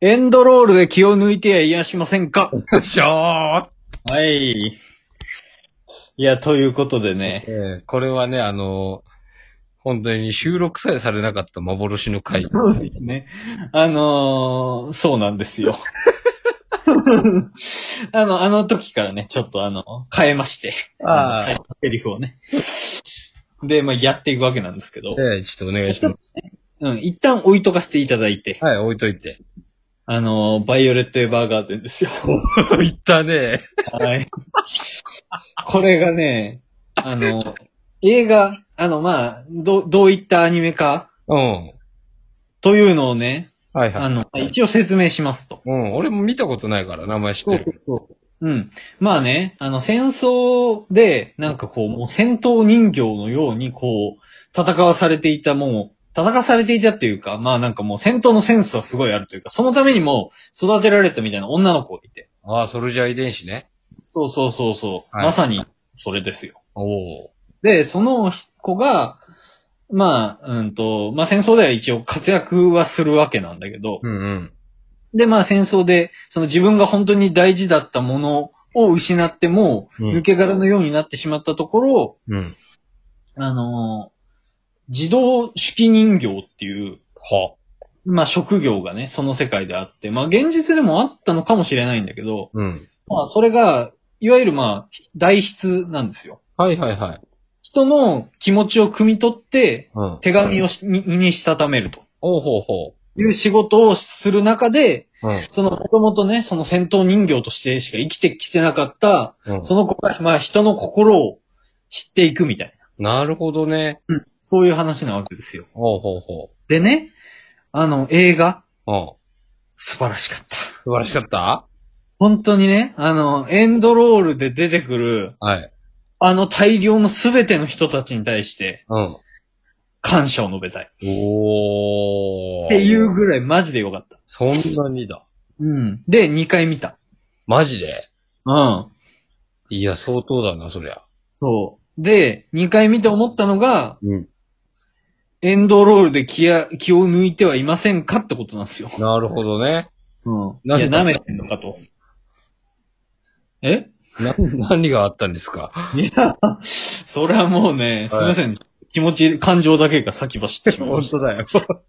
エンドロールで気を抜いてはいやしませんか。 よっしゃー。 はい。いや、ということでね。 これはね、本当に収録さえされなかった幻の回。 そうですね。そうなんですよ。あの時からね、ちょっと変えまして。最初のセリフをね。で、まあ、やっていくわけなんですけど。 ちょっとお願いします。 一旦置いとかせていただいて。 はい、置いといて。 バイオレット・エヴァーガーデンですよ。 言ったね。 はい。これがね、映画、まあ、どういったアニメかうん。 というのをね、 はいはい。 一応説明しますと。 うん、俺も見たことないから名前知ってる。 うん。まあね、戦争で、なんかこう、もう戦闘人形のように、こう、戦わされていたっていうか、まあなんかもう戦闘のセンスはすごいあるというか、そのためにも育てられたみたいな女の子がいて。 ああ、ソルジャー遺伝子ね。 そうそうそうそう。 はいまさに、それですよ。 おお。 で、その子が、まあ、まあ戦争では一応活躍はするわけなんだけど、 うんうん。 で、まあ戦争で、その自分が本当に大事だったものを失っても、 うん抜け殻のようになってしまったところ、 うん。 自動手記人形っていう、 は。 まあ職業がね、その世界であって、まあ現実でもあったのかもしれないんだけど、 うん。 まあそれが、いわゆるまあ、代筆なんですよ。 はいはいはい。 人の気持ちを汲み取って、 うん。 手紙をにしたためるとおうほうほいう仕事をする中で、 う。うん。 そのもともとね、その戦闘人形としてしか生きてきてなかった、 うん。 その子が、まあ人の心を知っていくみたいなるほどね。 な。そういう話なわけですよ。 おうほうほでね、映画、 う。うん。 素晴らしかった。 素晴らしかった？ 本当にね、エンドロールで出てくる、 はい。 大量のすべての人たちに対して、 うん。 感謝を述べたい。 おー。 っていうぐらいマジでよかった。 そんなにだ。 うん。で、2回見た。 マジで？ うん。 いや、相当だな、そりゃ。 そう。で、2回見て思ったのが、 うん。 エンドロールで気を抜いてはいませんかってことなんですよ。 なるほどね。 うん。いや、 なんで舐めてんのかと。え何があったんですか？ いや、それはもうね、すいません。感情だけが先走ってしまいました。 本当だよ。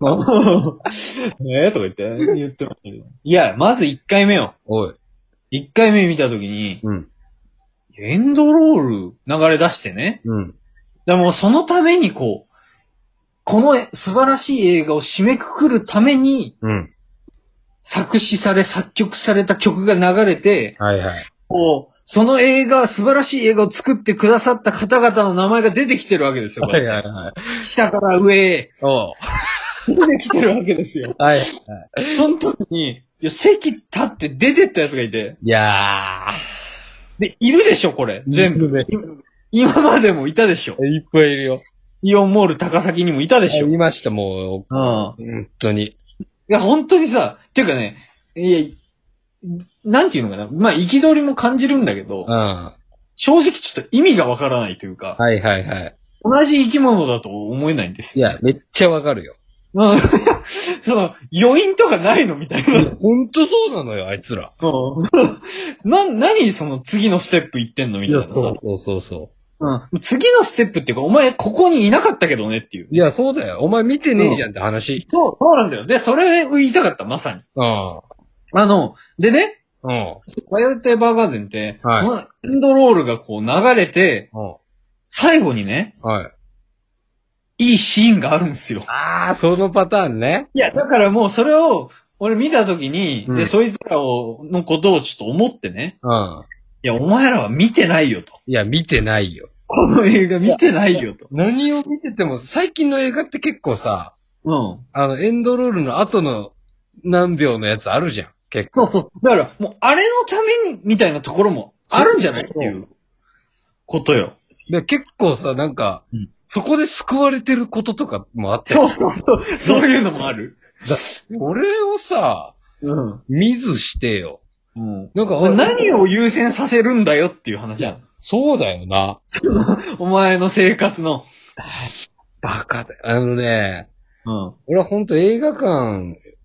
とか言ってましたけど。いや、まず1回目よ。 おい。 1回目見たときに、 うん。 エンドロール流れ出してね。 うん。 でもそのためにこの素晴らしい映画を締めくくるために、 うん。 作詞され作曲された曲が流れて、 はいはい。 その素晴らしい映画を作ってくださった方々の名前が出てきてるわけですよ。 はいはいはい。 下から上へおう。 出てきてるわけですよ。 はい。 その時に、いや、席立って出てったやつがいて、 いやで、いるでしょ、これ。全部。 い今までもいたでしょ。 いっぱいいるよ。 イオンモール高崎にもいたでしょ。 いました、もう。 うん。 本当に。 いや、本当にさ、っていうかね、いや、なんていうのかな。まあ、憤りも感じるんだけどうん。、は正直ちょっと意味がわからないというか、 いはいはい。 同じ生き物だと思えないんですよ。 いや、めっちゃわかるよ。 うん。余韻とかないのみたいな。 本当そうなのよ、あいつら。 うん。何その次のステップ言ってんのみたいなさ。 そうそうそうん。次のステップっていうか、お前ここにいなかったけどねっていう。 う。いや、そうだよ。お前見てねえじゃんって話。 そうなんだよ。で、それを言いたかった、まさに。 うん。 でね、 うん。 バイオレット・エヴァーガーデンって、 はいそのエンドロールがこう流れて、 うん。 最後にね、 はい。 いいシーンがあるんですよ。 ああ、そのパターンね。 いや、だからもうそれを、俺見たときに、 うんで、そいつらのことをちょっと思ってね。 うん。 いや、お前らは見てないよと。 いや、見てないよ。 この映画見てないよと。 何を見てても、最近の映画って結構さ、 うん。 エンドロールの後の何秒のやつあるじゃん。結構。 そうそう。だから、もう、あれのために、みたいなところもあるんじゃないっていうことよ。 で、結構さ、なんか、 うんそこで救われてることとかもあって。 そうそうそう。そういうのもある。 俺をさ、 うん。 見ずしてよ。 うん。 なんか、 何を優先させるんだよっていう話いやじゃん。 そうだよな。 お前の生活の。 バカだよ。 うん。 俺はほんと映画館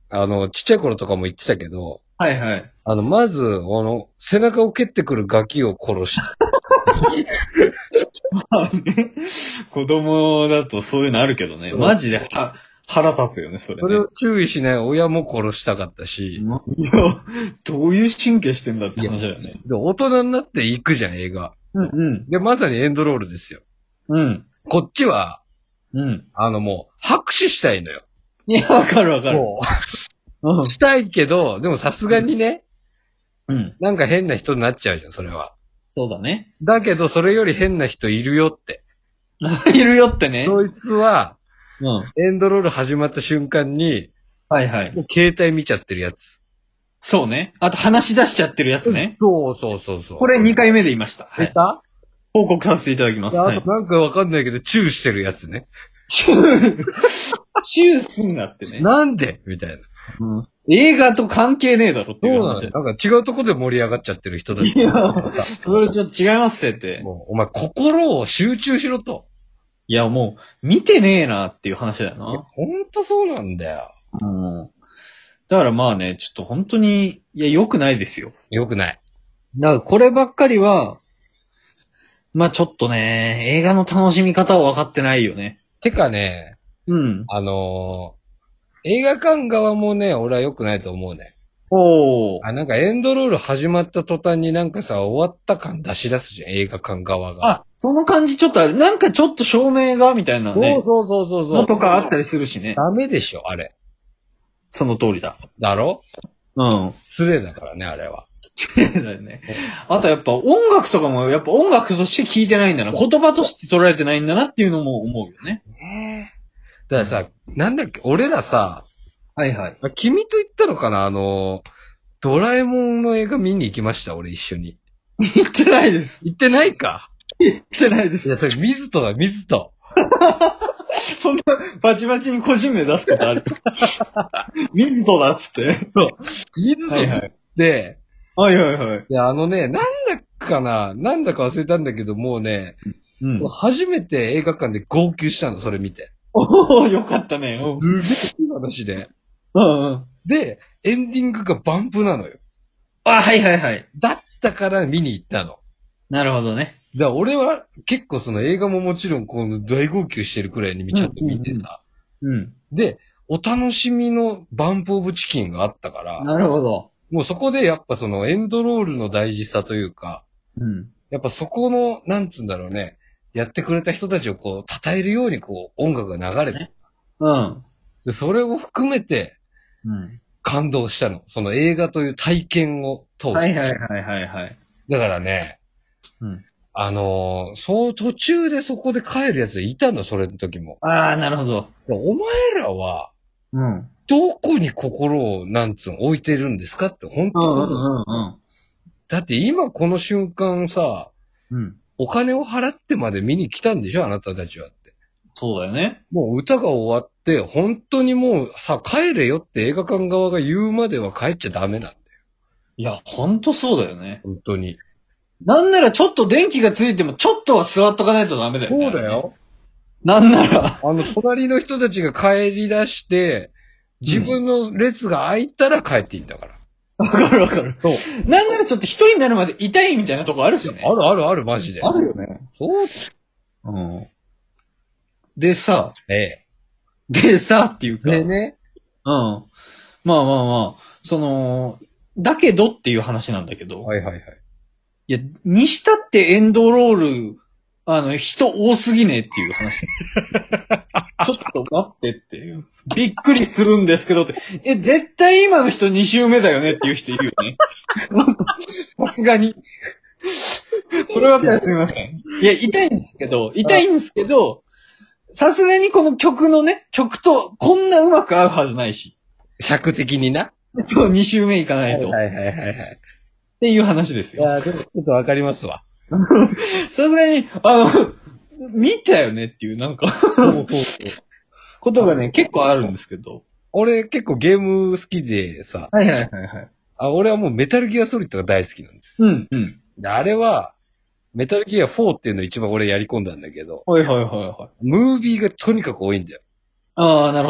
ちっちゃい頃とかも言ってたけど、 はいはい。 まず、背中を蹴ってくるガキを殺した。 まあね、子供だとそういうのあるけどね。 そうマジで腹立つよね、それね。 それを注意しない親も殺したかったし、 いや、どういう神経してんだって話だよね。 で、大人になって行くじゃん、映画。 うんで、まさにエンドロールですよ。 うん。うん。 こっちは、 うん。 もう、拍手したいのよ。 いや、わかるわかる。 もうんう、したいけど、でもさすがにね、 うん。 なんか変な人になっちゃうじゃん、それは。 そうだね。 だけど、それより変な人いるよって。 いるよってね。 そいつは、 うん。 エンドロール始まった瞬間に、 はいはい。 もう携帯見ちゃってるやつ。 そうね。あと話し出しちゃってるやつね。 そうそうそうそう。 これ2回目で言いました。はい。 出た、 報告させていただきます。はいあと。なんかわかんないけど、チューしてるやつね。 チューすんなってね。 なんでみたいな。 うん。映画と関係ねえだろっていう話そうなのよ。なんか違うとこで盛り上がっちゃってる人だいや、それちょっと違いますって。 もう、お前心を集中しろと。 いや、もう、見てねえなっていう話だよいや、 な。 ほんとそうなんだよ。 うん。だからまあね、ちょっと本当に、いや、良くないですよ。 よくない。 だからこればっかりは、まあちょっとね、映画の楽しみ方を分かってないよね。 てかね、 うん。 映画館側もね、俺は良くないと思うね。 おー。 なんかエンドロール始まった途端になんかさ、終わった感出し出すじゃん、映画館側が。 あ、その感じちょっとある。なんかちょっと照明がみたいなね。 そうそうそうそうそのう。 とかあったりするしね。 ダメでしょ、あれ。 その通りだ。 だろうん。 失礼だからね、あれは。 だよね。あとやっぱ音楽とかもやっぱ音楽として聴いてないんだな。言葉として捉えてないんだなっていうのも思うよね。 ねえ。だからさ、なんだっけ、俺らさ、 はいはい。 君と言ったのかなドラえもんの映画見に行きました、俺一緒に。 言ってないです。 行ってないか。 言ってないです。 いや、それ、水戸だ、水戸。 そんなバチバチに個人名出すことある。水戸だっつって。 そう。水戸はいはい。 で、 はいはいはい。 いや、なんだかな、なんだか忘れたんだけど、もうね、 うん。 初めて映画館で号泣したの、それ見て。 おー、よかったね。うんすげえいい話で。 うんうん。 で、エンディングがバンプなのよ。 あ、はいはいはい。 だったから見に行ったの。 なるほどね。 だから俺は結構その映画ももちろんこの大号泣してるくらいにちゃんと見てさ。 うん。 で、お楽しみのバンプオブチキンがあったから、 なるほど。 もうそこでやっぱそのエンドロールの大事さというか、 うん。 やっぱそこの、なんつうんだろうね、やってくれた人たちをこう、称えるようにこう、音楽が流れて、 うん。 で、それを含めてうん。 感動したの。その映画という体験を通して。 はいはいはいはいはい。 だからね、 うん。 そう途中でそこで帰るやついたの、それの時も。 ああ、なるほど。 お前らは、 うん。 どこに心を、なんつうの、置いてるんですかって、本当に、 うん。 だって今この瞬間さ、 うん。 お金を払ってまで見に来たんでしょあなたたちはって。 そうだよね。 もう歌が終わって、本当にもうさ、帰れよって映画館側が言うまでは帰っちゃダメなんだよ。 いや、ほんとそうだよね。 本当に。 なんならちょっと電気がついてもちょっとは座っとかないとダメだよね。 そうだよ。 なんなら。 隣の人たちが帰り出して、自分の列が空いたら帰っていいんだから。 わかるわかる。 そう。 なんならちょっと一人になるまで痛いみたいなとこあるしね。 あるあるある、マジで。 あるよね。 そう。 うん。でさ、 えっていうか。 でね。 うん。まあまあまあ、だけどっていう話なんだけど。 はいはいはい。 いや、にしたってエンドロール、人多すぎねえっていう話。ちょっと待ってっていう。びっくりするんですけどって。絶対今の人2周目だよねっていう人いるよね。さすがに。これはすみません。いや、痛いんですけど、さすがにこの曲とこんなうまく合うはずないし。 尺的にな。 そう、2周目いかないと。っはいはいはいはい。 ていう話ですよ。 いや、でもちょっとわかりますわ。 さすがに、見たよねっていう、なんか、 そうそう。 ことがね、結構あるんですけど。 俺結構ゲーム好きでさ、 はいはいはいはい。 俺はもうメタルギアソリッドが大好きなんです。 うん、うん。 で、あれは、メタルギア4っていうの一番俺やり込んだんだけど、 はいはいはいはい。 ムービーがとにかく多いんだよ。 ああ、なるほど。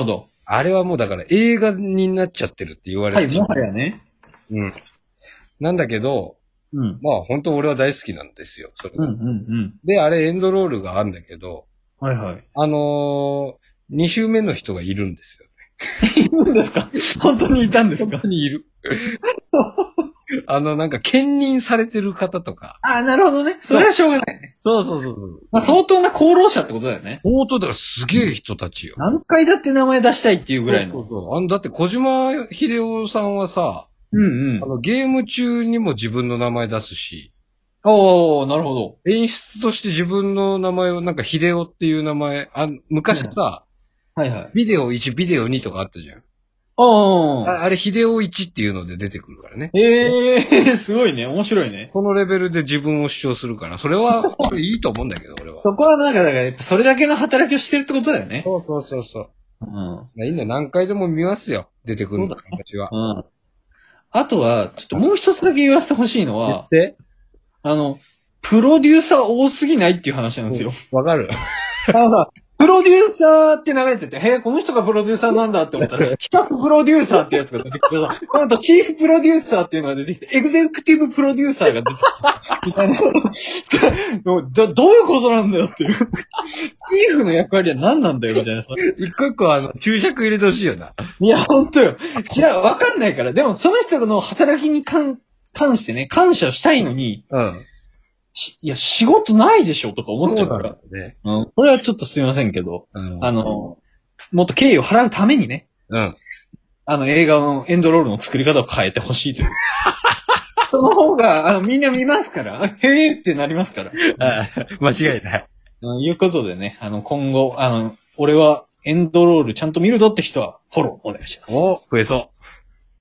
あれはもうだから映画になっちゃってるって言われてはい、もはやね。 うん。なんだけど、 うん。 まあ本当俺は大好きなんですよ。それうん、うん、うん。 で、あれエンドロールがあるんだけど、 はいはい。 2周目の人がいるんですよ。 いるんですか？本当にいたんですか？ 本当にいる。なんか兼任されてる方とか。 あ、なるほどね。それはしょうがないね。 そうそうそうそう。 まあ、相当な功労者ってことだよね。 本当だからすげえ人たちよ。 何回だって名前出したいっていうぐらいの。 そうそうそう。だって小島秀夫さんはさ、 うんうん。 ゲーム中にも自分の名前出すし、 おー、なるほど。 演出として自分の名前をなんか秀夫っていう名前、昔さ、 はいはい。 ビデオ1、ビデオ2とかあったじゃん。 おー。 あれ、秀夫1っていうので出てくるからね。 すごいね。面白いね。 このレベルで自分を主張するから、それいいと思うんだけど、俺は。 そこはなんか、だからやっぱそれだけの働きをしてるってことだよね。 そうそうそうそう。 うん。 いいんだよ、何回でも見ますよ。出てくるの、 そうだね私は。 うん。あとは、ちょっともう一つだけ言わせてほしいの言はっ、て。 プロデューサー多すぎないっていう話なんですよ。 わかる。 さ、プロデューサーって流れてて、この人がプロデューサーなんだって思ったら、企画プロデューサーってやつが出てきてさ、あとチーフプロデューサーっていうのが出てきて、エグゼクティブプロデューサーが出てきて、みたいな。どういうことなんだよっていう。チーフの役割は何なんだよみたいなさ。 一個一個注釈入れてほしいよな。 いや、ほんとよ。わかんないから。でも、その人の働きに関してね、感謝したいのに、 うん。 いや、仕事ないでしょとか思っちゃうから。 そうなんだよね。 うん。これはちょっとすいませんけど、 うん。 もっと敬意を払うためにね、 うん。 映画のエンドロールの作り方を変えてほしいという。その方が、みんな見ますから、へーってなりますから。 間違いない。 いうことでね、今後、俺はエンドロールちゃんと見るぞって人は、フォローお願いします。 お、増えそう。